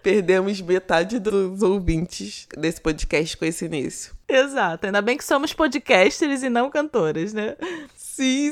Perdemos metade dos ouvintes desse podcast com esse início. Exato, ainda bem que somos podcasters e não cantores, né? Sim.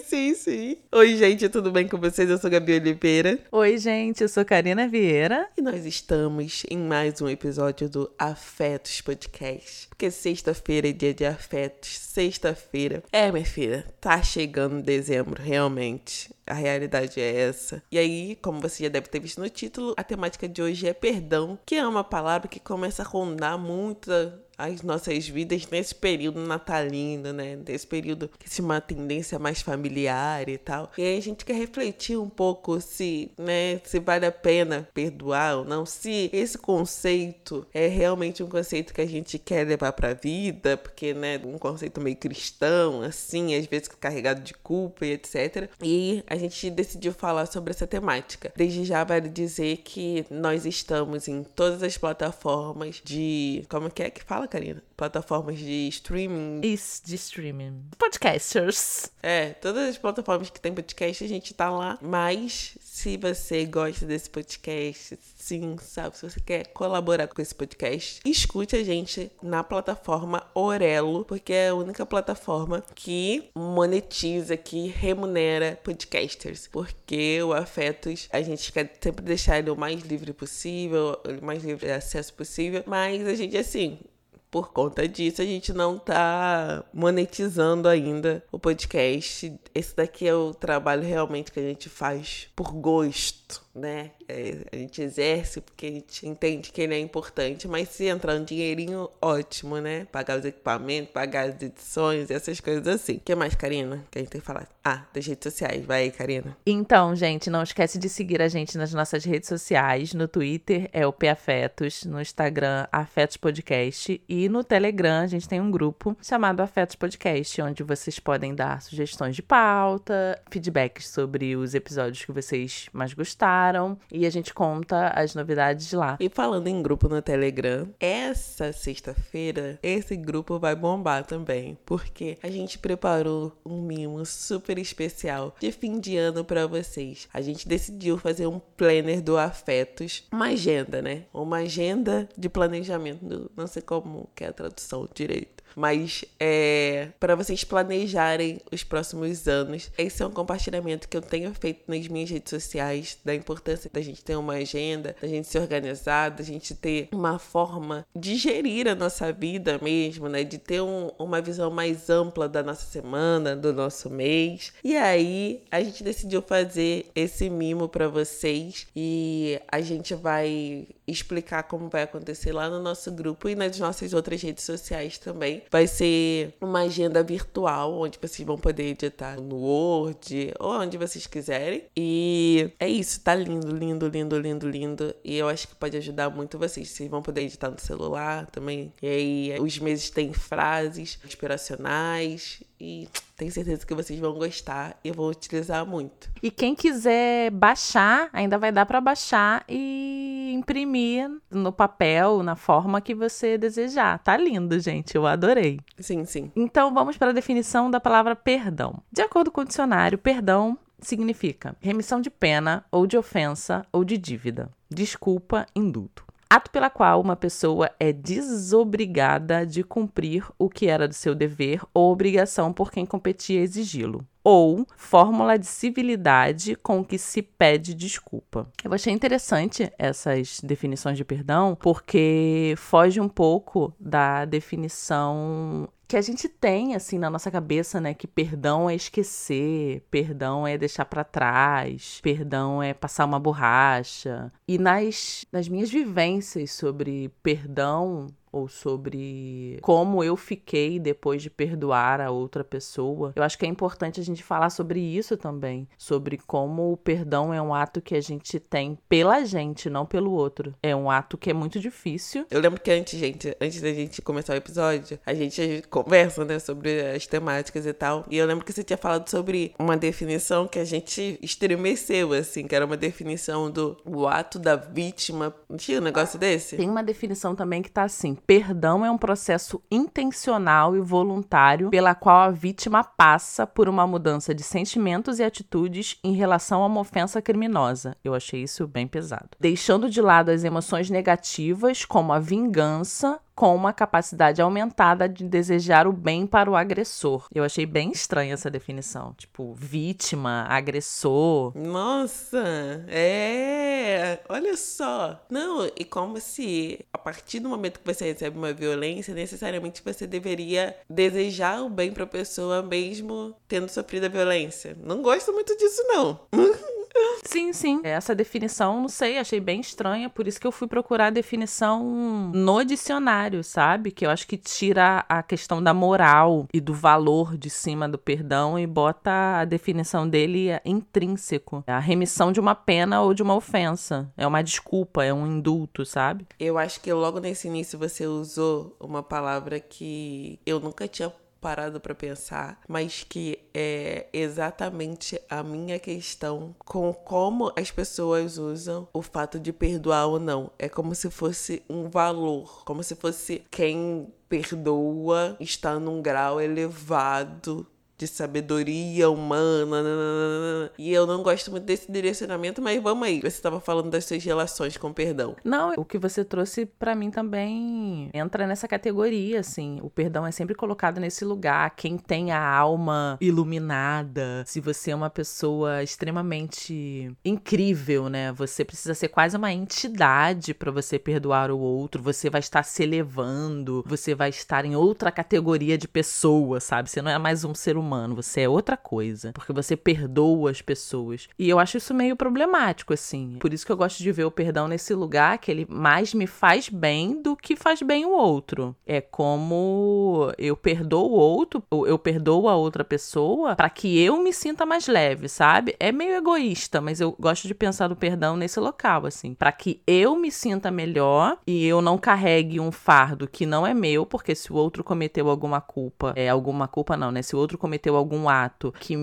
Oi, gente, tudo bem com vocês? Eu sou Gabi Oliveira. Oi, gente, eu sou Karina Vieira. E nós estamos em mais um episódio do Afetos Podcast. Porque sexta-feira é dia de afetos. Sexta-feira. Minha filha, tá chegando dezembro, realmente. A realidade é essa. E aí, como você já deve ter visto no título, a temática de hoje é perdão, que é uma palavra que começa a rondar muito as nossas vidas nesse período natalino, né? Nesse período que se uma tendência mais familiar e tal. E aí a gente quer refletir um pouco se vale a pena perdoar ou não, se esse conceito é realmente um conceito que a gente quer levar pra vida, porque, né, um conceito meio cristão, assim, às vezes carregado de culpa e etc. E a gente decidiu falar sobre essa temática. Desde já vale dizer que nós estamos em todas as plataformas de... Como é que fala, Karina? Plataformas de streaming. Isso, de streaming. Podcasters. Todas as plataformas que tem podcast, a gente tá lá. Mas, se você gosta desse podcast, sim, sabe? Se você quer colaborar com esse podcast, escute a gente na plataforma Orelo, porque é a única plataforma que monetiza, que remunera podcasters. Porque o Afetos, a gente quer sempre deixar ele o mais livre possível, o mais livre de acesso possível, mas a gente, assim... Por conta disso, a gente não tá monetizando ainda o podcast. Esse daqui é o trabalho realmente que a gente faz por gosto, né? A gente exerce porque a gente entende que ele é importante, mas se entrar um dinheirinho, ótimo, né? Pagar os equipamentos, pagar as edições, essas coisas assim. O que mais, Karina, que a gente tem que falar? Das redes sociais. Vai aí, Karina. Então, gente, não esquece de seguir a gente nas nossas redes sociais. No Twitter é o Afetos, no Instagram Afetos Podcast e no Telegram a gente tem um grupo chamado Afetos Podcast, onde vocês podem dar sugestões de pauta, feedbacks sobre os episódios que vocês mais gostaram e a gente conta as novidades lá. E falando em grupo no Telegram, essa sexta-feira esse grupo vai bombar também, porque a gente preparou um mimo super especial de fim de ano pra vocês. A gente decidiu fazer um planner do Afetos, uma agenda, né? Uma agenda de planejamento, não sei como que é a tradução direito. Mas para vocês planejarem os próximos anos. Esse é um compartilhamento que eu tenho feito nas minhas redes sociais, da importância da gente ter uma agenda, da gente se organizar, da gente ter uma forma de gerir a nossa vida mesmo, né? De ter uma visão mais ampla da nossa semana, do nosso mês. E aí, a gente decidiu fazer esse mimo para vocês e a gente vai explicar como vai acontecer lá no nosso grupo e nas nossas outras redes sociais também. Vai ser uma agenda virtual, onde vocês vão poder editar no Word ou onde vocês quiserem. E é isso, tá lindo. E eu acho que pode ajudar muito vocês. Vocês vão poder editar no celular também. E aí, os meses têm frases inspiracionais e tenho certeza que vocês vão gostar e eu vou utilizar muito. E quem quiser baixar, ainda vai dar para baixar e imprimir no papel, na forma que você desejar. Tá lindo, gente. Eu adorei. Sim. Então, vamos para a definição da palavra perdão. De acordo com o dicionário, perdão significa remissão de pena ou de ofensa ou de dívida, desculpa, indulto. Ato pela qual uma pessoa é desobrigada de cumprir o que era do seu dever ou obrigação por quem competia exigi-lo. Ou fórmula de civilidade com que se pede desculpa. Eu achei interessante essas definições de perdão, porque foge um pouco da definição que a gente tem, assim, na nossa cabeça, né? Que perdão é esquecer, perdão é deixar pra trás, perdão é passar uma borracha. E nas minhas vivências sobre perdão, ou sobre como eu fiquei depois de perdoar a outra pessoa. Eu acho que é importante a gente falar sobre isso também, sobre como o perdão é um ato que a gente tem pela gente, não pelo outro. É um ato que é muito difícil. Eu lembro que antes da gente começar o episódio, a gente conversa, né, sobre as temáticas e tal, e eu lembro que você tinha falado sobre uma definição que a gente estremeceu, assim, que era uma definição do ato da vítima. Não tinha um negócio desse? Tem uma definição também que tá assim: perdão é um processo intencional e voluntário pela qual a vítima passa por uma mudança de sentimentos e atitudes em relação a uma ofensa criminosa. Eu achei isso bem pesado. Deixando de lado as emoções negativas, como a vingança, com uma capacidade aumentada de desejar o bem para o agressor. Eu achei bem estranha essa definição. Tipo, vítima, agressor. Nossa, olha só. Não, e como se a partir do momento que você recebe uma violência, necessariamente você deveria desejar o bem para a pessoa mesmo tendo sofrido a violência. Não gosto muito disso, não. Sim. Essa definição, não sei, achei bem estranha, por isso que eu fui procurar a definição no dicionário, sabe? Que eu acho que tira a questão da moral e do valor de cima do perdão e bota a definição dele intrínseco. A remissão de uma pena ou de uma ofensa. É uma desculpa, é um indulto, sabe? Eu acho que logo nesse início você usou uma palavra que eu nunca tinha parado pra pensar, mas que é exatamente a minha questão com como as pessoas usam o fato de perdoar ou não. É como se fosse um valor, como se fosse quem perdoa está num grau elevado de sabedoria humana. E eu não gosto muito desse direcionamento, mas vamos aí. Você estava falando das suas relações com perdão. Não, o que você trouxe pra mim também entra nessa categoria, assim. O perdão é sempre colocado nesse lugar. Quem tem a alma iluminada, se você é uma pessoa extremamente incrível, né? Você precisa ser quase uma entidade pra você perdoar o outro. Você vai estar se elevando, você vai estar em outra categoria de pessoa, sabe? Você não é mais um ser humano, você é outra coisa, porque você perdoa as pessoas. E eu acho isso meio problemático, assim. Por isso que eu gosto de ver o perdão nesse lugar, que ele mais me faz bem do que faz bem o outro. É como eu perdoo o outro, eu perdoo a outra pessoa pra que eu me sinta mais leve, sabe? É meio egoísta, mas eu gosto de pensar no perdão nesse local, assim. Pra que eu me sinta melhor e eu não carregue um fardo que não é meu, porque se o outro cometeu alguma culpa não, né? Se o outro cometeu algum ato que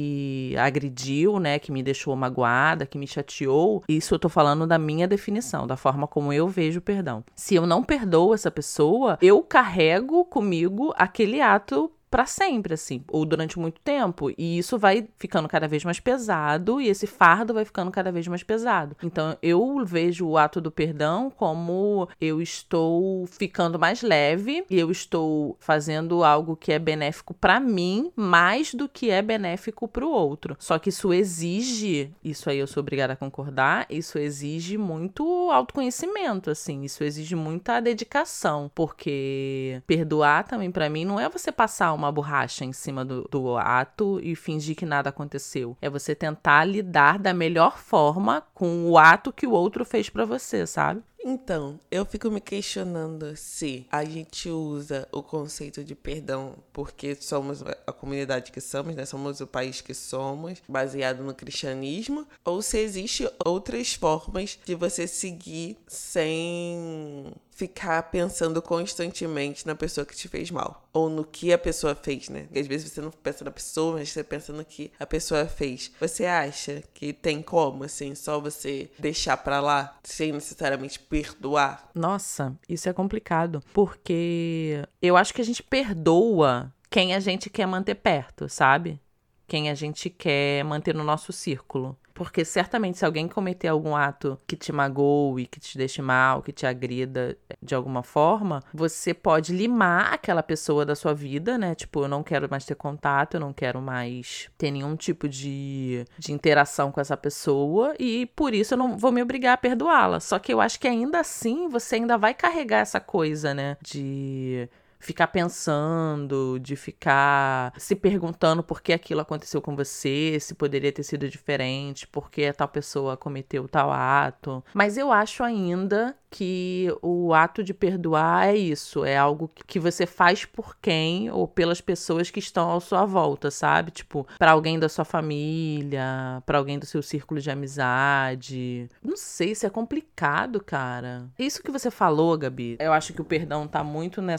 me agrediu, né? Que me deixou magoada, que me chateou, isso eu tô falando da minha definição, da forma como eu vejo o perdão. Se eu não perdoo essa pessoa, eu carrego comigo aquele ato pra sempre, assim, ou durante muito tempo, e isso vai ficando cada vez mais pesado, e esse fardo vai ficando cada vez mais pesado. Então, eu vejo o ato do perdão como eu estou ficando mais leve, e eu estou fazendo algo que é benéfico pra mim, mais do que é benéfico pro outro. Só que isso exige, isso aí eu sou obrigada a concordar, isso exige muito autoconhecimento, assim, isso exige muita dedicação, porque perdoar também pra mim não é você passar uma borracha em cima do ato e fingir que nada aconteceu. É você tentar lidar da melhor forma com o ato que o outro fez pra você, sabe? Então, eu fico me questionando se a gente usa o conceito de perdão porque somos a comunidade que somos, né? Somos o país que somos, baseado no cristianismo, ou se existe outras formas de você seguir sem ficar pensando constantemente na pessoa que te fez mal. Ou no que a pessoa fez, né? Porque às vezes você não pensa na pessoa, mas você pensa no que a pessoa fez. Você acha que tem como, assim, só você deixar pra lá, sem necessariamente perdoar? Nossa, isso é complicado, porque eu acho que a gente perdoa quem a gente quer manter perto, sabe? Quem a gente quer manter no nosso círculo. Porque certamente se alguém cometer algum ato que te magoe, que te deixe mal, que te agrida de alguma forma, você pode limar aquela pessoa da sua vida, né? Tipo, eu não quero mais ter contato, eu não quero mais ter nenhum tipo de interação com essa pessoa e por isso eu não vou me obrigar a perdoá-la. Só que eu acho que ainda assim você ainda vai carregar essa coisa, né? De ficar pensando, de ficar se perguntando por que aquilo aconteceu com você, se poderia ter sido diferente, por que tal pessoa cometeu tal ato. Mas eu acho ainda que o ato de perdoar é isso, é algo que você faz por quem ou pelas pessoas que estão à sua volta, sabe? Tipo, pra alguém da sua família, pra alguém do seu círculo de amizade. Não sei, isso é complicado, cara. Isso que você falou, Gabi, eu acho que o perdão tá muito nessa ideia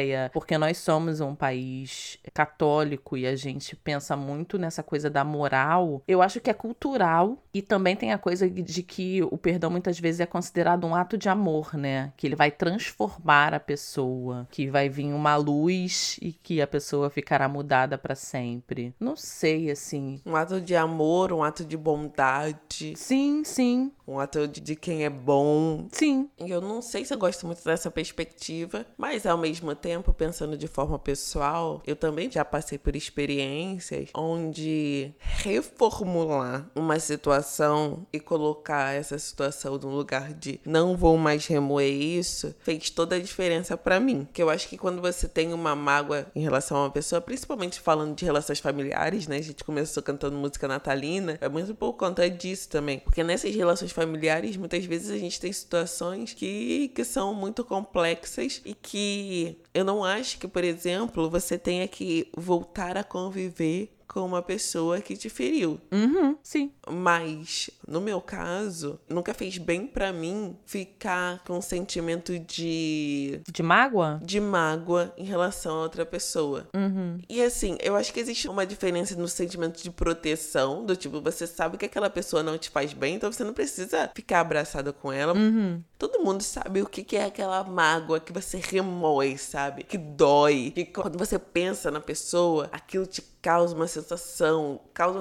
ideia, porque nós somos um país católico e a gente pensa muito nessa coisa da moral, eu acho que é cultural e também tem a coisa de que o perdão muitas vezes é considerado um ato de amor, né? Que ele vai transformar a pessoa, que vai vir uma luz e que a pessoa ficará mudada pra sempre. Não sei, assim. Um ato de amor, um ato de bondade. Sim, sim. Um ato de quem é bom. Sim. Eu não sei se eu gosto muito dessa perspectiva, mas ao mesmo tempo, pensando de forma pessoal, eu também já passei por experiências onde reformular uma situação e colocar essa situação no lugar de não vou mais remoer isso, fez toda a diferença pra mim. Que eu acho que quando você tem uma mágoa em relação a uma pessoa, principalmente falando de relações familiares, né? A gente começou cantando música natalina, é muito por conta disso também. Porque nessas relações familiares, muitas vezes a gente tem situações que são muito complexas e que eu não acho que, por exemplo, você tenha que voltar a conviver com uma pessoa que te feriu. Sim. Mas, no meu caso, nunca fez bem pra mim ficar com um sentimento de mágoa? De mágoa em relação a outra pessoa. E assim, eu acho que existe uma diferença no sentimento de proteção, do tipo, você sabe que aquela pessoa não te faz bem, então você não precisa ficar abraçada com ela. Todo mundo sabe o que é aquela mágoa que você remoe, sabe? Que dói. Que quando você pensa na pessoa, aquilo te causa uma sensação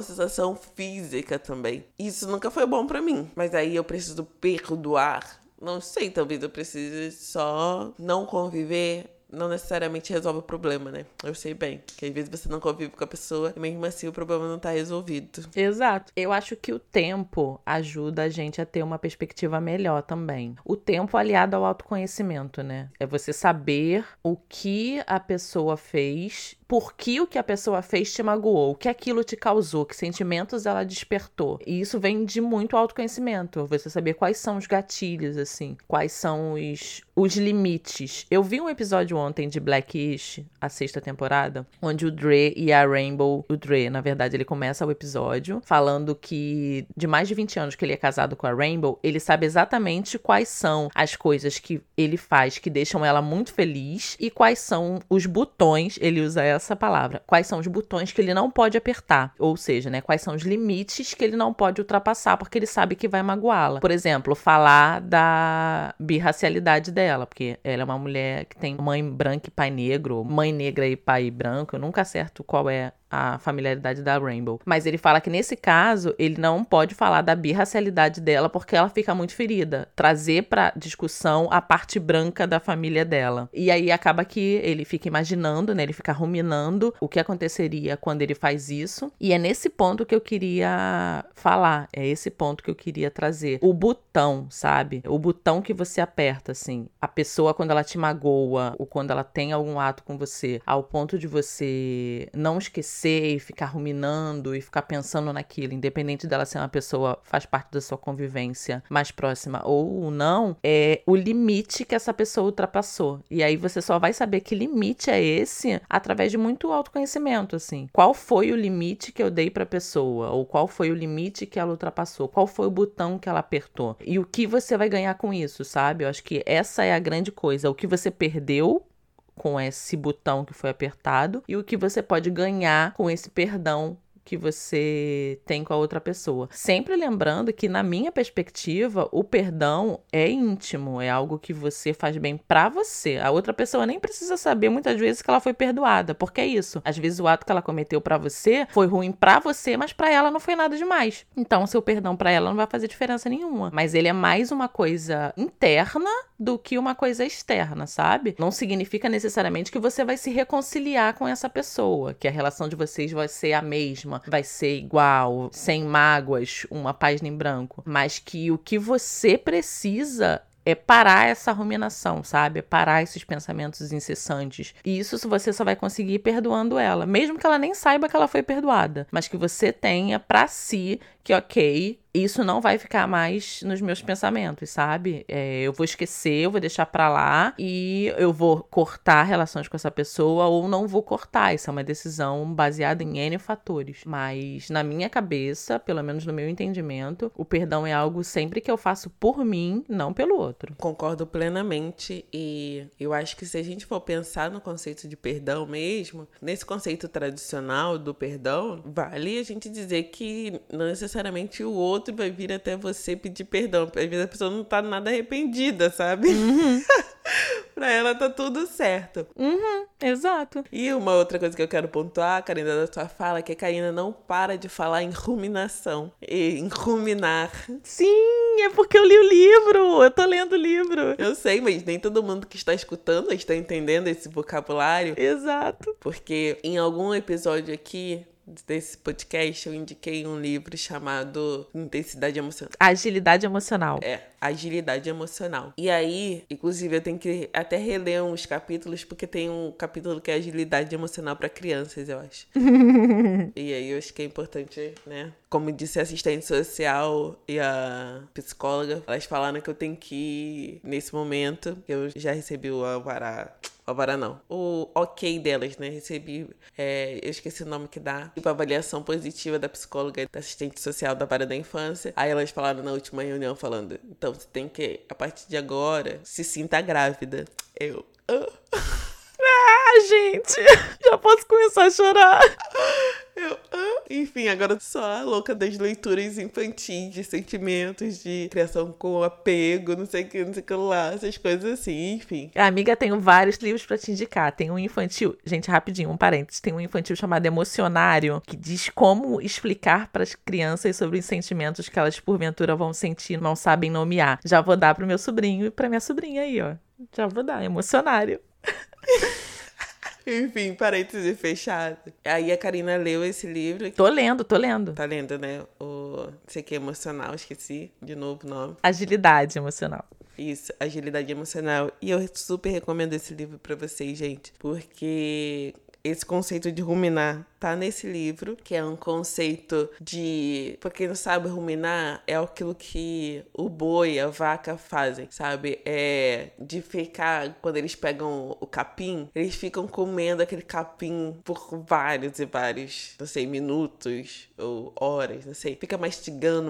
física também. Isso nunca foi bom pra mim. Mas aí eu preciso perdoar. Não sei, talvez eu precise só não conviver. Não necessariamente resolve o problema, né? Eu sei bem que às vezes você não convive com a pessoa e mesmo assim o problema não tá resolvido. Exato. Eu acho que o tempo ajuda a gente a ter uma perspectiva melhor também. O tempo aliado ao autoconhecimento, né? É você saber o que a pessoa fez, por que o que a pessoa fez te magoou, o que aquilo te causou, que sentimentos ela despertou. E isso vem de muito autoconhecimento. Você saber quais são os gatilhos, assim, quais são os limites. Eu vi um episódio ontem de Blackish, a 6ª temporada, onde o Dre e a Rainbow... O Dre, na verdade, ele começa o episódio falando que de mais de 20 anos que ele é casado com a Rainbow, ele sabe exatamente quais são as coisas que ele faz que deixam ela muito feliz e quais são os botões, ele usa essa palavra, quais são os botões que ele não pode apertar. Ou seja, né, quais são os limites que ele não pode ultrapassar porque ele sabe que vai magoá-la. Por exemplo, falar da birracialidade dela, porque ela é uma mulher que tem mãe branca e pai negro, mãe negra e pai branco. Eu nunca acerto qual é a familiaridade da Rainbow. Mas ele fala que nesse caso, ele não pode falar da birracialidade dela porque ela fica muito ferida. Trazer pra discussão a parte branca da família dela. E aí acaba que ele fica imaginando, né? Ele fica ruminando o que aconteceria quando ele faz isso. E é nesse ponto que eu queria falar. É esse ponto que eu queria trazer. O botão, sabe? O botão que você aperta, assim. A pessoa, quando ela te magoa ou quando ela tem algum ato com você, ao ponto de você não esquecer e ficar ruminando e ficar pensando naquilo, independente dela ser uma pessoa faz parte da sua convivência mais próxima ou não, é o limite que essa pessoa ultrapassou. E aí você só vai saber que limite é esse através de muito autoconhecimento, assim. Qual foi o limite que eu dei pra pessoa? Ou qual foi o limite que ela ultrapassou? Qual foi o botão que ela apertou? E o que você vai ganhar com isso, sabe? Eu acho que essa é a grande coisa. O que você perdeu com esse botão que foi apertado e o que você pode ganhar com esse perdão que você tem com a outra pessoa. Sempre lembrando que, na minha perspectiva, o perdão é íntimo, é algo que você faz bem pra você. A outra pessoa nem precisa saber, muitas vezes, que ela foi perdoada, porque é isso. Às vezes, o ato que ela cometeu pra você foi ruim pra você, mas pra ela não foi nada demais. Então, o seu perdão pra ela não vai fazer diferença nenhuma. Mas ele é mais uma coisa interna do que uma coisa externa, sabe? Não significa necessariamente que você vai se reconciliar com essa pessoa, que a relação de vocês vai ser a mesma, vai ser igual, sem mágoas, uma página em branco, mas que o que você precisa é parar essa ruminação, sabe? É parar esses pensamentos incessantes. E isso você só vai conseguir perdoando ela, mesmo que ela nem saiba que ela foi perdoada, mas que você tenha pra si que, ok, isso não vai ficar mais nos meus pensamentos, sabe? Eu vou esquecer, eu vou deixar pra lá e eu vou cortar relações com essa pessoa ou não vou cortar. Isso é uma decisão baseada em N fatores. Mas na minha cabeça, pelo menos no meu entendimento, o perdão é algo sempre que eu faço por mim, não pelo outro. Concordo plenamente e eu acho que se a gente for pensar no conceito de perdão mesmo, nesse conceito tradicional do perdão, vale a gente dizer que não necessariamente o outro vai vir até você pedir perdão. Às vezes a pessoa não tá nada arrependida, sabe? Pra ela tá tudo certo. Exato. E uma outra coisa que eu quero pontuar, Karina, da sua fala, é que a Karina não para de falar em ruminação. E em ruminar. Sim, é porque eu li o livro. Eu tô lendo o livro. Eu sei, mas nem todo mundo que está escutando está entendendo esse vocabulário. Exato. Porque em algum episódio aqui desse podcast eu indiquei um livro chamado Intensidade Emocional. Agilidade emocional. Agilidade Emocional. E aí, inclusive, eu tenho que até reler uns capítulos, porque tem um capítulo que é Agilidade Emocional para crianças, eu acho. E aí eu acho que é importante, né? Como disse a assistente social e a psicóloga, elas falaram que eu tenho que ir nesse momento, que eu já recebi o alvará. Alvará não. O ok delas, né? Recebi, eu esqueci o nome que dá, tipo, avaliação positiva da psicóloga e da assistente social da vara da infância. Aí elas falaram na última reunião, falando, então você tem que, a partir de agora, se sinta grávida. Gente, já posso começar a chorar. Enfim, agora eu sou a louca das leituras infantis, de sentimentos, de criação com apego, não sei o que lá, essas coisas assim, enfim. Amiga, tenho vários livros pra te indicar. Tem um infantil, gente, rapidinho, um parênteses. Tem um infantil chamado Emocionário, que diz como explicar pras crianças sobre os sentimentos que elas porventura vão sentir, não sabem nomear. Já vou dar pro meu sobrinho e pra minha sobrinha aí, ó. Já vou dar, Emocionário. Enfim, parênteses fechado. Aí a Karina leu esse livro. Tô lendo. Tá lendo, né? O sei que é emocional, esqueci de novo o nome. Agilidade emocional. Isso, Agilidade Emocional. E eu super recomendo esse livro pra vocês, gente. Porque esse conceito de ruminar tá nesse livro, que é um conceito de... Pra quem não sabe, ruminar é aquilo que o boi, a vaca fazem, sabe? É de ficar, quando eles pegam o capim, eles ficam comendo aquele capim por vários e vários, não sei, minutos ou horas, não sei. Fica mastigando.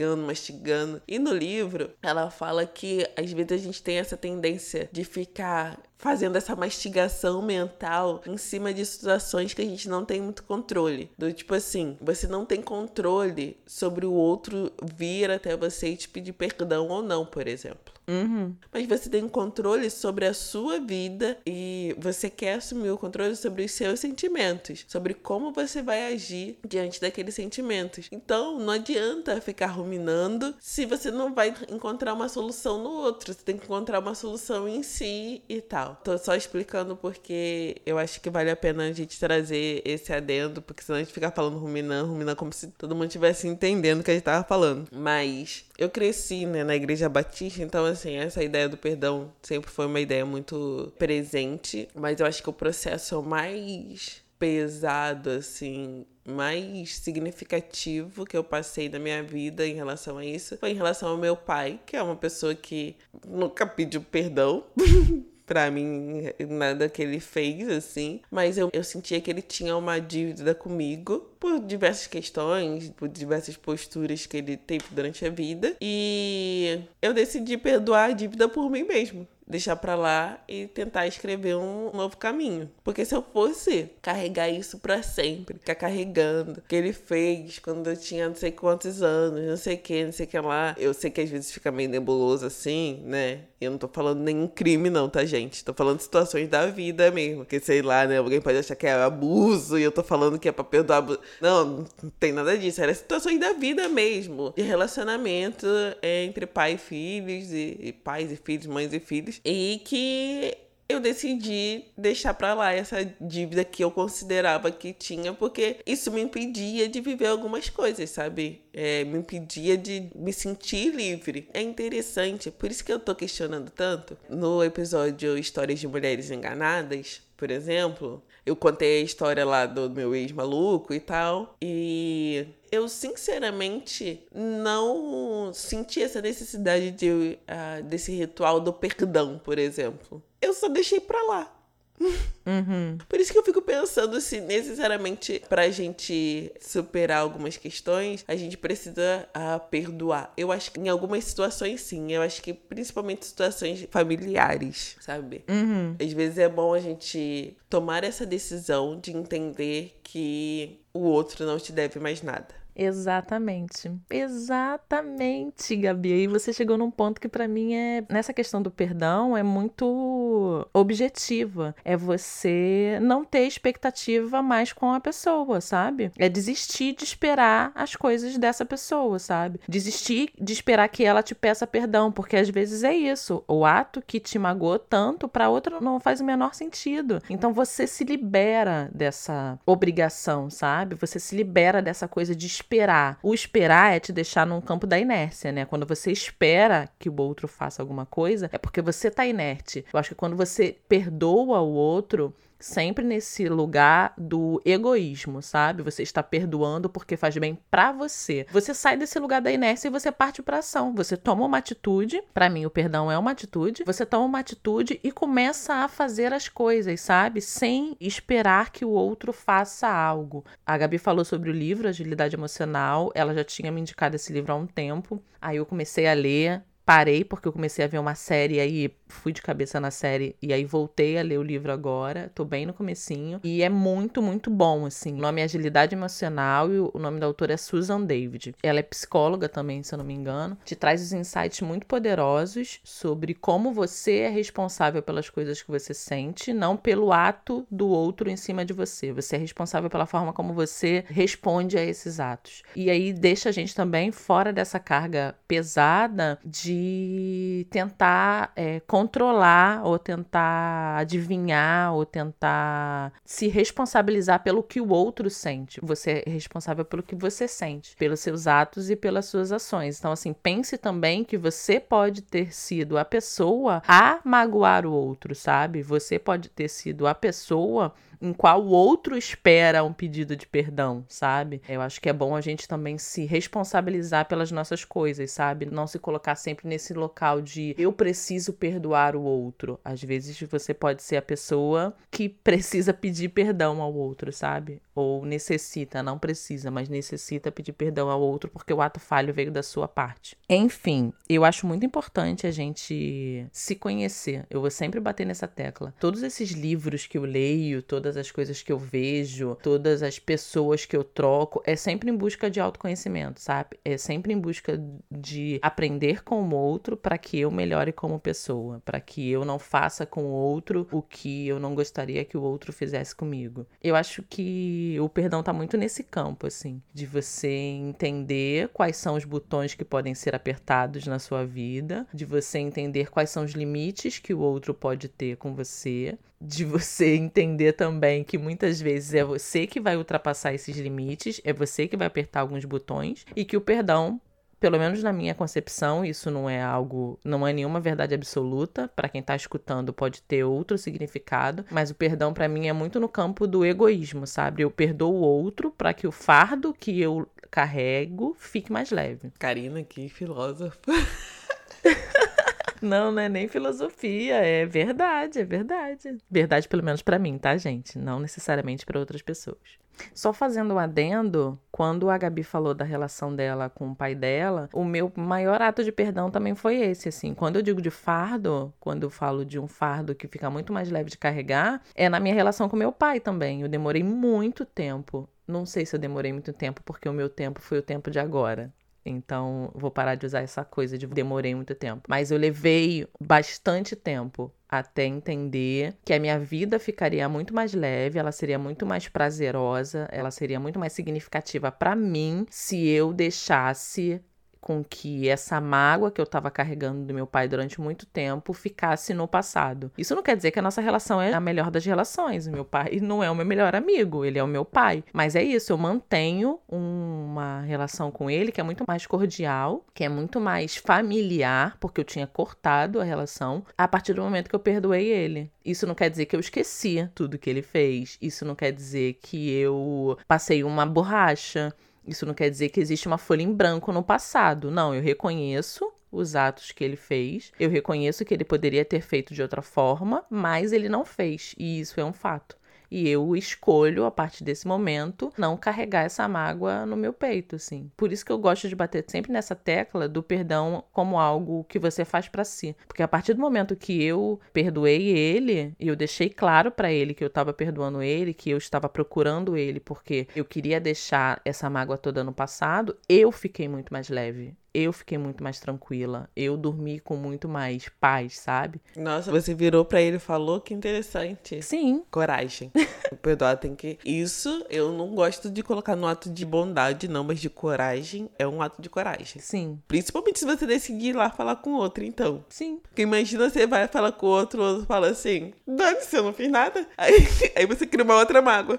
E no livro, ela fala que às vezes a gente tem essa tendência de ficar fazendo essa mastigação mental em cima de situações que a gente não tem muito controle. Do tipo assim, você não tem controle sobre o outro vir até você e te pedir perdão ou não, por exemplo. Mas você tem controle sobre a sua vida e você quer assumir o controle sobre os seus sentimentos, sobre como você vai agir diante daqueles sentimentos. Então, não adianta ficar ruminando se você não vai encontrar uma solução no outro. Você tem que encontrar uma solução em si e tal. Tô só explicando porque eu acho que vale a pena a gente trazer esse adendo, porque senão a gente fica falando ruminando como se todo mundo estivesse entendendo o que a gente tava falando. Mas eu cresci, né, na Igreja Batista, então assim, essa ideia do perdão sempre foi uma ideia muito presente, mas eu acho que o processo mais pesado, assim, mais significativo que eu passei na minha vida em relação a isso foi em relação ao meu pai, que é uma pessoa que nunca pediu perdão pra mim, nada que ele fez, assim. Mas eu sentia que ele tinha uma dívida comigo por diversas questões, por diversas posturas que ele teve durante a vida. E eu decidi perdoar a dívida por mim mesmo. Deixar pra lá e tentar escrever um novo caminho. Porque se eu fosse carregar isso pra sempre, ficar carregando o que ele fez quando eu tinha não sei quantos anos, não sei o que lá. Eu sei que às vezes fica meio nebuloso assim, né? Eu não tô falando nenhum crime não, tá, gente? Tô falando de situações da vida mesmo. Porque, sei lá, né? Alguém pode achar que é abuso e eu tô falando que é pra perdoar abuso. Não tem nada disso. Era situações da vida mesmo. De relacionamento entre pai e filhos, e pais e filhos, mães e filhos. E que eu decidi deixar pra lá essa dívida que eu considerava que tinha, porque isso me impedia de viver algumas coisas, sabe? Me impedia de me sentir livre. É interessante, por isso que eu tô questionando tanto. No episódio Histórias de Mulheres Enganadas, por exemplo, eu contei a história lá do meu ex-maluco e tal, e eu sinceramente não senti essa necessidade desse ritual do perdão, por exemplo. Eu só deixei pra lá. Por isso que eu fico pensando se necessariamente pra gente superar algumas questões, a gente precisa perdoar. Eu acho que em algumas situações sim, eu acho que principalmente situações familiares, sabe? Às vezes é bom a gente tomar essa decisão de entender que o outro não te deve mais nada. Exatamente, Gabi. E você chegou num ponto que pra mim nessa questão do perdão, é muito objetiva. É você não ter expectativa mais com a pessoa, sabe? É desistir de esperar as coisas dessa pessoa, sabe? Desistir de esperar que ela te peça perdão, porque às vezes é isso. O ato que te magoou tanto, pra outra não faz o menor sentido. Então você se libera dessa obrigação, sabe? Você se libera dessa coisa de esperar. O esperar é te deixar num campo da inércia, né? Quando você espera que o outro faça alguma coisa, é porque você tá inerte. Eu acho que quando você perdoa o outro, sempre nesse lugar do egoísmo, sabe? Você está perdoando porque faz bem pra você. Você sai desse lugar da inércia e você parte pra ação. Você toma uma atitude. Pra mim, o perdão é uma atitude. Você toma uma atitude e começa a fazer as coisas, sabe? Sem esperar que o outro faça algo. A Gabi falou sobre o livro Agilidade Emocional. Ela já tinha me indicado esse livro há um tempo. Aí eu comecei a ler. Parei porque eu comecei a ver uma série, aí fui de cabeça na série e aí voltei a ler o livro agora. Tô bem no comecinho. E é muito, muito bom, assim. O nome é Agilidade Emocional e o nome da autora é Susan David. Ela é psicóloga também, se eu não me engano. Te traz os insights muito poderosos sobre como você é responsável pelas coisas que você sente, não pelo ato do outro em cima de você. Você é responsável pela forma como você responde a esses atos. E aí deixa a gente também fora dessa carga pesada de tentar controlar ou tentar adivinhar ou tentar se responsabilizar pelo que o outro sente. Você é responsável pelo que você sente, pelos seus atos e pelas suas ações. Então, assim, pense também que você pode ter sido a pessoa a magoar o outro, sabe? Você pode ter sido a pessoa em qual o outro espera um pedido de perdão, sabe? Eu acho que é bom a gente também se responsabilizar pelas nossas coisas, sabe? Não se colocar sempre nesse local de eu preciso perdoar o outro. Às vezes você pode ser a pessoa que precisa pedir perdão ao outro, sabe? Ou necessita, não precisa, mas necessita pedir perdão ao outro porque o ato falho veio da sua parte. Enfim, eu acho muito importante a gente se conhecer. Eu vou sempre bater nessa tecla. Todos esses livros que eu leio, todas as coisas que eu vejo, todas as pessoas que eu troco, é sempre em busca de autoconhecimento, sabe? É sempre em busca de aprender com o outro para que eu melhore como pessoa, para que eu não faça com o outro o que eu não gostaria que o outro fizesse comigo. Eu acho que o perdão tá muito nesse campo, assim, de você entender quais são os botões que podem ser apertados na sua vida, de você entender quais são os limites que o outro pode ter com você, de você entender também que muitas vezes é você que vai ultrapassar esses limites, é você que vai apertar alguns botões e que o perdão, pelo menos na minha concepção, isso não é nenhuma verdade absoluta. Para quem tá escutando pode ter outro significado, mas o perdão para mim é muito no campo do egoísmo, sabe? Eu perdoo o outro para que o fardo que eu carrego fique mais leve. Karina, que filósofa. Não é nem filosofia, é verdade, é verdade. Verdade pelo menos pra mim, tá, gente? Não necessariamente pra outras pessoas. Só fazendo um adendo, quando a Gabi falou da relação dela com o pai dela, o meu maior ato de perdão também foi esse, assim. Quando eu digo de fardo, quando eu falo de um fardo que fica muito mais leve de carregar, é na minha relação com meu pai também. Eu demorei muito tempo. Não sei se eu demorei muito tempo, porque o meu tempo foi o tempo de agora. Então, vou parar de usar essa coisa de demorei muito tempo. Mas eu levei bastante tempo até entender que a minha vida ficaria muito mais leve, ela seria muito mais prazerosa, ela seria muito mais significativa para mim se eu deixasse com que essa mágoa que eu estava carregando do meu pai durante muito tempo ficasse no passado. Isso não quer dizer que a nossa relação é a melhor das relações. O meu pai não é o meu melhor amigo, ele é o meu pai. Mas é isso, eu mantenho uma relação com ele que é muito mais cordial, que é muito mais familiar, porque eu tinha cortado a relação a partir do momento que eu perdoei ele. Isso não quer dizer que eu esqueci tudo que ele fez. Isso não quer dizer que eu passei uma borracha. Isso não quer dizer que existe uma folha em branco no passado. Não, eu reconheço os atos que ele fez, eu reconheço que ele poderia ter feito de outra forma, mas ele não fez, e isso é um fato. E eu escolho, a partir desse momento, não carregar essa mágoa no meu peito, assim. Por isso que eu gosto de bater sempre nessa tecla do perdão como algo que você faz pra si. Porque a partir do momento que eu perdoei ele, e eu deixei claro pra ele que eu tava perdoando ele, que eu estava procurando ele porque eu queria deixar essa mágoa toda no passado, eu fiquei muito mais leve. Eu fiquei muito mais tranquila. Eu dormi com muito mais paz, sabe? Nossa, você virou pra ele e falou? Que interessante. Sim. Coragem. Perdoar tem que... Isso eu não gosto de colocar no ato de bondade, não, mas de coragem é um ato de coragem. Sim. Principalmente se você decidir ir lá falar com o outro, então. Sim. Porque imagina você vai falar com o outro fala assim, dane-se, eu não fiz nada. Aí você cria uma outra mágoa.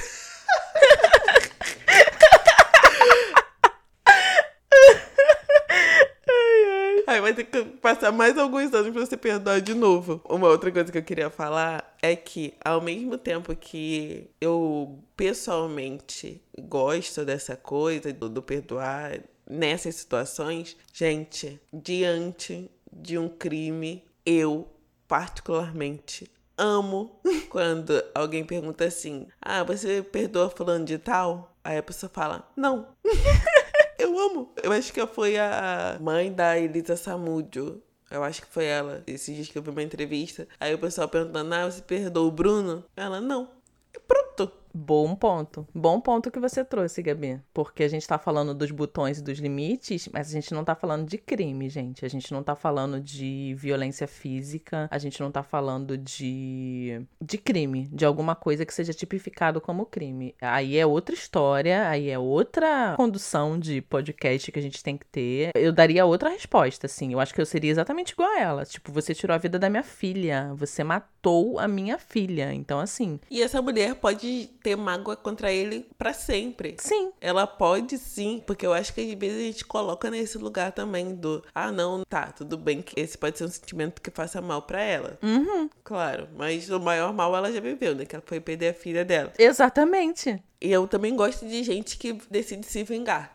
Aí vai ter que passar mais alguns anos pra você perdoar de novo. Uma outra coisa que eu queria falar é que, ao mesmo tempo que eu pessoalmente gosto dessa coisa do perdoar nessas situações, gente, diante de um crime, eu particularmente amo quando alguém pergunta assim, você perdoa fulano de tal? Aí a pessoa fala, não. Eu amo. Eu acho que foi a mãe da Elisa Samúdio. Eu acho que foi ela. Esses dias que eu vi uma entrevista. Aí o pessoal perguntando, você perdoou o Bruno? Ela, não. E pronto. Bom ponto. Bom ponto que você trouxe, Gabi. Porque a gente tá falando dos botões e dos limites, mas a gente não tá falando de crime, gente. A gente não tá falando de violência física. A gente não tá falando de crime. De alguma coisa que seja tipificado como crime. Aí é outra história, aí é outra condução de podcast que a gente tem que ter. Eu daria outra resposta, assim. Eu acho que eu seria exatamente igual a ela. Tipo, você tirou a vida da minha filha. Você matou a minha filha. Então, assim... E essa mulher pode ter mágoa contra ele pra sempre. Sim. Ela pode sim, porque eu acho que às vezes a gente coloca nesse lugar também do, não, tá, tudo bem que esse pode ser um sentimento que faça mal pra ela. Uhum. Claro, mas o maior mal ela já viveu, né? Que ela foi perder a filha dela. Exatamente. E eu também gosto de gente que decide se vingar.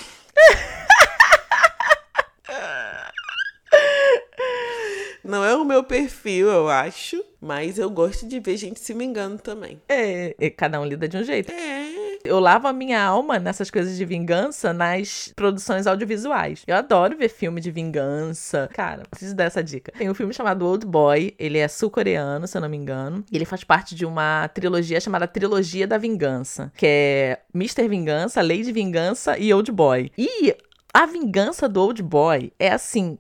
Não é o meu perfil, eu acho, mas eu gosto de ver gente se vingando também. Cada um lida de um jeito. É. Eu lavo a minha alma nessas coisas de vingança nas produções audiovisuais. Eu adoro ver filme de vingança. Cara, preciso dar essa dica. Tem um filme chamado Old Boy, ele é sul-coreano, se eu não me engano. E ele faz parte de uma trilogia chamada Trilogia da Vingança, que é Mr. Vingança, Lady Vingança e Old Boy. E a vingança do Old Boy é assim,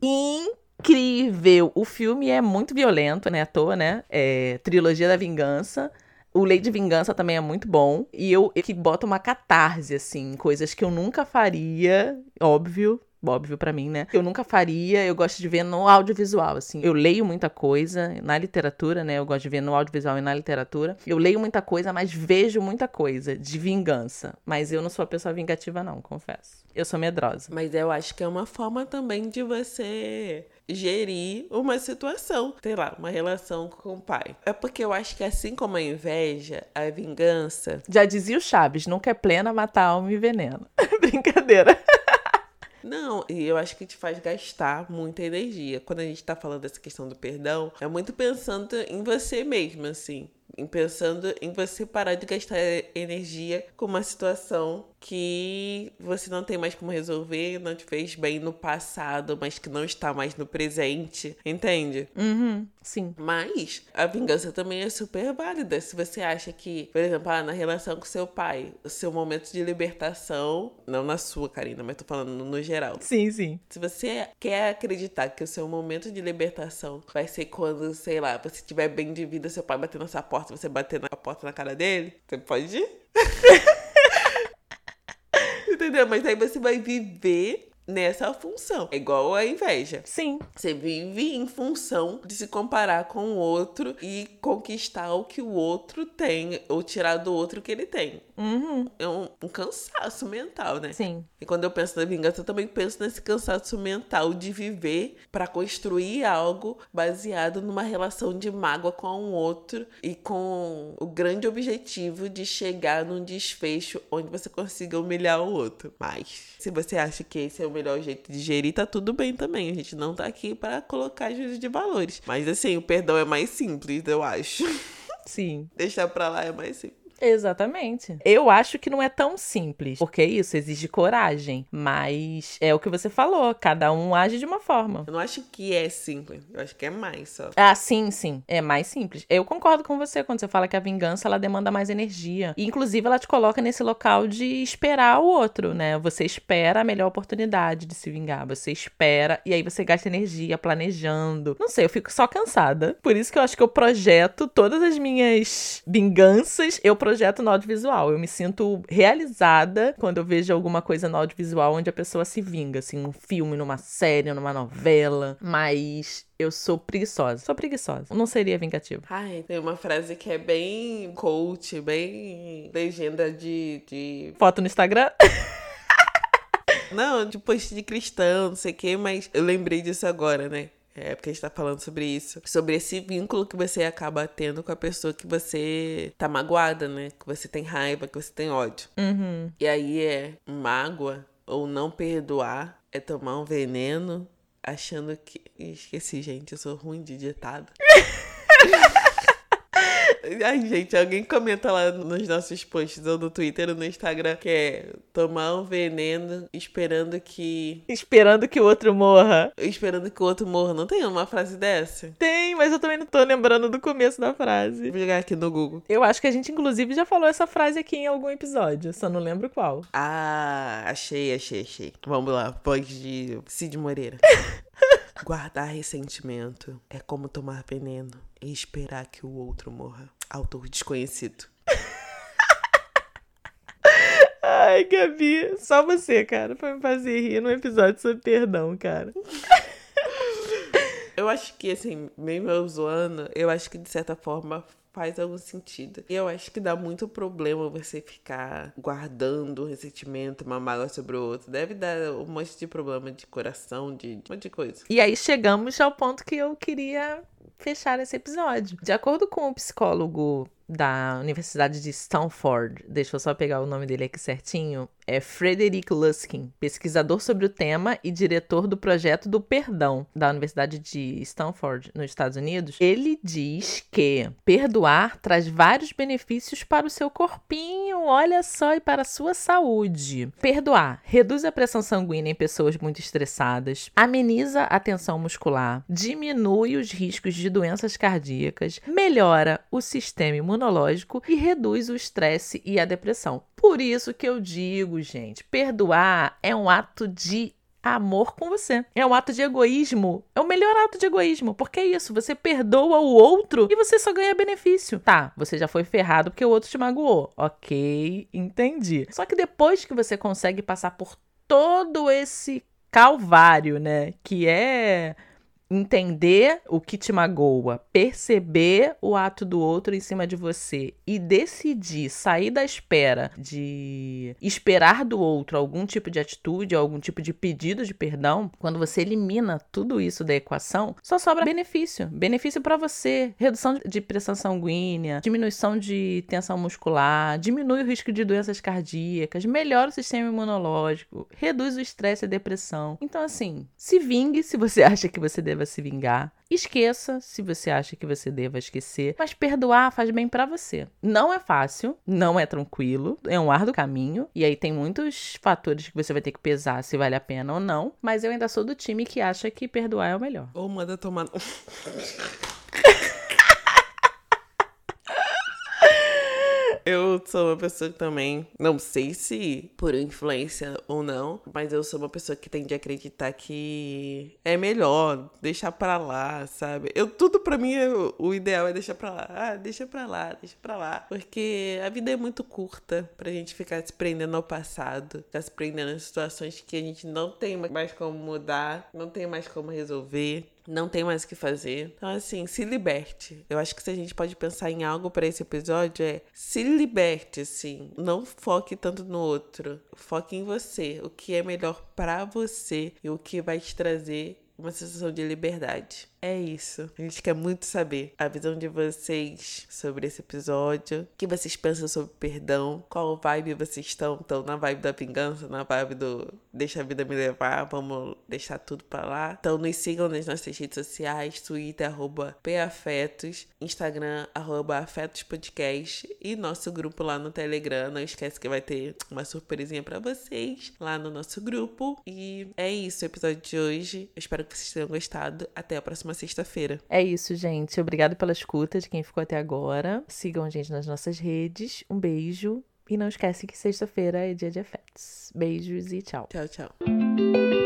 incrível. O filme é muito violento, né? À toa, né? É Trilogia da Vingança. O Lady Vingança também é muito bom. E eu que boto uma catarse, assim, coisas que eu nunca faria, óbvio pra mim, né? Eu nunca faria, eu gosto de ver no audiovisual, assim. Eu leio muita coisa na literatura, né? Eu gosto de ver no audiovisual e na literatura. Eu leio muita coisa, mas vejo muita coisa de vingança. Mas eu não sou a pessoa vingativa, não, confesso. Eu sou medrosa. Mas eu acho que é uma forma também de você gerir uma situação, sei lá, uma relação com o pai. É porque eu acho que assim como a inveja, a vingança... Já dizia o Chaves, nunca é plena, mata a alma e veneno. Brincadeira. Não, e eu acho que te faz gastar muita energia. Quando a gente tá falando dessa questão do perdão, é muito pensando em você mesmo, assim. Pensando em você parar de gastar energia com uma situação que você não tem mais como resolver, não te fez bem no passado, mas que não está mais no presente, entende? Uhum, sim. Mas a vingança também é super válida. Se você acha que, por exemplo, na relação com seu pai, o seu momento de libertação, não na sua, Karina, mas tô falando no geral. Sim, sim. Se você quer acreditar que o seu momento de libertação vai ser quando, sei lá, você estiver bem de vida, seu pai bater na sua porta, você bater na porta na cara dele, você pode ir. Entendeu? Mas aí você vai viver nessa função. É igual a inveja. Sim. Você vive em função de se comparar com o outro e conquistar o que o outro tem, ou tirar do outro o que ele tem. É um cansaço mental, né? Sim. E quando eu penso na vingança, eu também penso nesse cansaço mental de viver pra construir algo baseado numa relação de mágoa com o outro e com o grande objetivo de chegar num desfecho onde você consiga humilhar o outro. Mas, se você acha que esse é o melhor jeito de gerir, tá tudo bem também. A gente não tá aqui pra colocar juízo de valores. Mas, assim, o perdão é mais simples, eu acho. Sim. Deixar pra lá é mais simples. Exatamente. Eu acho que não é tão simples, porque isso exige coragem, mas é o que você falou, cada um age de uma forma. Eu não acho que é simples, eu acho que é mais só. Ah, sim, é mais simples. Eu concordo com você quando você fala que a vingança, ela demanda mais energia. E, inclusive, ela te coloca nesse local de esperar o outro, né? Você espera a melhor oportunidade de se vingar, você espera, e aí você gasta energia planejando. Não sei, eu fico só cansada. Por isso que eu acho que eu projeto todas as minhas vinganças, eu projeto no audiovisual. Eu me sinto realizada quando eu vejo alguma coisa no audiovisual onde a pessoa se vinga, assim, um filme, numa série, numa novela. Mas eu sou preguiçosa. Sou preguiçosa. Não seria vingativa. Ai, tem uma frase que é bem coach, bem legenda de... Foto no Instagram? Não, de post de cristão, não sei o quê, mas eu lembrei disso agora, né? É porque a gente tá falando sobre isso. Sobre esse vínculo que você acaba tendo com a pessoa que você tá magoada, né? Que você tem raiva, que você tem ódio. E aí é mágoa ou não perdoar, é tomar um veneno achando que... Esqueci, gente, eu sou ruim de ditado. Ai, gente, alguém comenta lá nos nossos posts, ou no Twitter ou no Instagram, que é tomar um veneno esperando que... Esperando que o outro morra. Esperando que o outro morra. Não tem uma frase dessa? Tem, mas eu também não tô lembrando do começo da frase. Vou jogar aqui no Google. Eu acho que a gente, inclusive, já falou essa frase aqui em algum episódio, só não lembro qual. Ah, achei. Vamos lá, voz de Cid Moreira. Guardar ressentimento é como tomar veneno e esperar que o outro morra. Autor desconhecido. Ai, Gabi, só você, cara, pra me fazer rir num episódio sobre perdão, cara. Eu acho que, assim, mesmo eu zoando, eu acho que de certa forma faz algum sentido. E eu acho que dá muito problema você ficar guardando ressentimento, uma mágoa sobre o outro. Deve dar um monte de problema de coração, de um monte de coisa. E aí chegamos ao ponto que eu queria fechar esse episódio. De acordo com o psicólogo da Universidade de Stanford, deixa eu só pegar o nome dele aqui certinho, é Frederick Luskin, pesquisador sobre o tema e diretor do projeto do perdão da Universidade de Stanford, nos Estados Unidos. Ele diz que perdoar traz vários benefícios para o seu corpinho, olha só, e para a sua saúde. Perdoar reduz a pressão sanguínea em pessoas muito estressadas, ameniza a tensão muscular, diminui os riscos de doenças cardíacas, melhora o sistema imunológico e reduz o estresse e a depressão. Por isso que eu digo, gente, perdoar é um ato de amor com você. É um ato de egoísmo. É o melhor ato de egoísmo. Porque é isso, você perdoa o outro e você só ganha benefício. Tá, você já foi ferrado porque o outro te magoou. Ok, entendi. Só que depois que você consegue passar por todo esse calvário, né, que é entender o que te magoa, perceber o ato do outro em cima de você e decidir sair da espera de esperar do outro algum tipo de atitude, algum tipo de pedido de perdão, quando você elimina tudo isso da equação, só sobra benefício. Benefício para você, redução de pressão sanguínea, diminuição de tensão muscular, diminui o risco de doenças cardíacas, melhora o sistema imunológico, reduz o estresse e a depressão. Então, assim, se vingue se você acha que você deva se vingar. Esqueça se você acha que você deva esquecer. Mas perdoar faz bem pra você. Não é fácil, não é tranquilo, é um árduo caminho. E aí tem muitos fatores que você vai ter que pesar se vale a pena ou não. Mas eu ainda sou do time que acha que perdoar é o melhor. Ou manda tomar... Eu sou uma pessoa que também, não sei se por influência ou não, mas eu sou uma pessoa que tende a acreditar que é melhor deixar pra lá, sabe? Tudo pra mim, o ideal é deixar pra lá. Ah, deixa pra lá, deixa pra lá. Porque a vida é muito curta pra gente ficar se prendendo ao passado, ficar se prendendo em situações que a gente não tem mais como mudar, não tem mais como resolver. Não tem mais o que fazer. Então, assim, se liberte. Eu acho que se a gente pode pensar em algo para esse episódio é se liberte, assim. Não foque tanto no outro. Foque em você. O que é melhor para você e o que vai te trazer uma sensação de liberdade. É isso. A gente quer muito saber a visão de vocês sobre esse episódio. O que vocês pensam sobre perdão? Qual vibe vocês estão? Estão na vibe da vingança? Na vibe do deixa a vida me levar? Vamos deixar tudo pra lá? Então nos sigam nas nossas redes sociais. Twitter, @pafetos. Instagram, @afetospodcast. E nosso grupo lá no Telegram. Não esquece que vai ter uma surpresinha pra vocês lá no nosso grupo. E é isso o episódio de hoje. Eu espero que vocês tenham gostado. Até a próxima sexta-feira. É isso, gente. Obrigado pela escuta de quem ficou até agora. Sigam a gente nas nossas redes. Um beijo. E não esquece que sexta-feira é dia de afetos. Beijos e tchau. Tchau, tchau.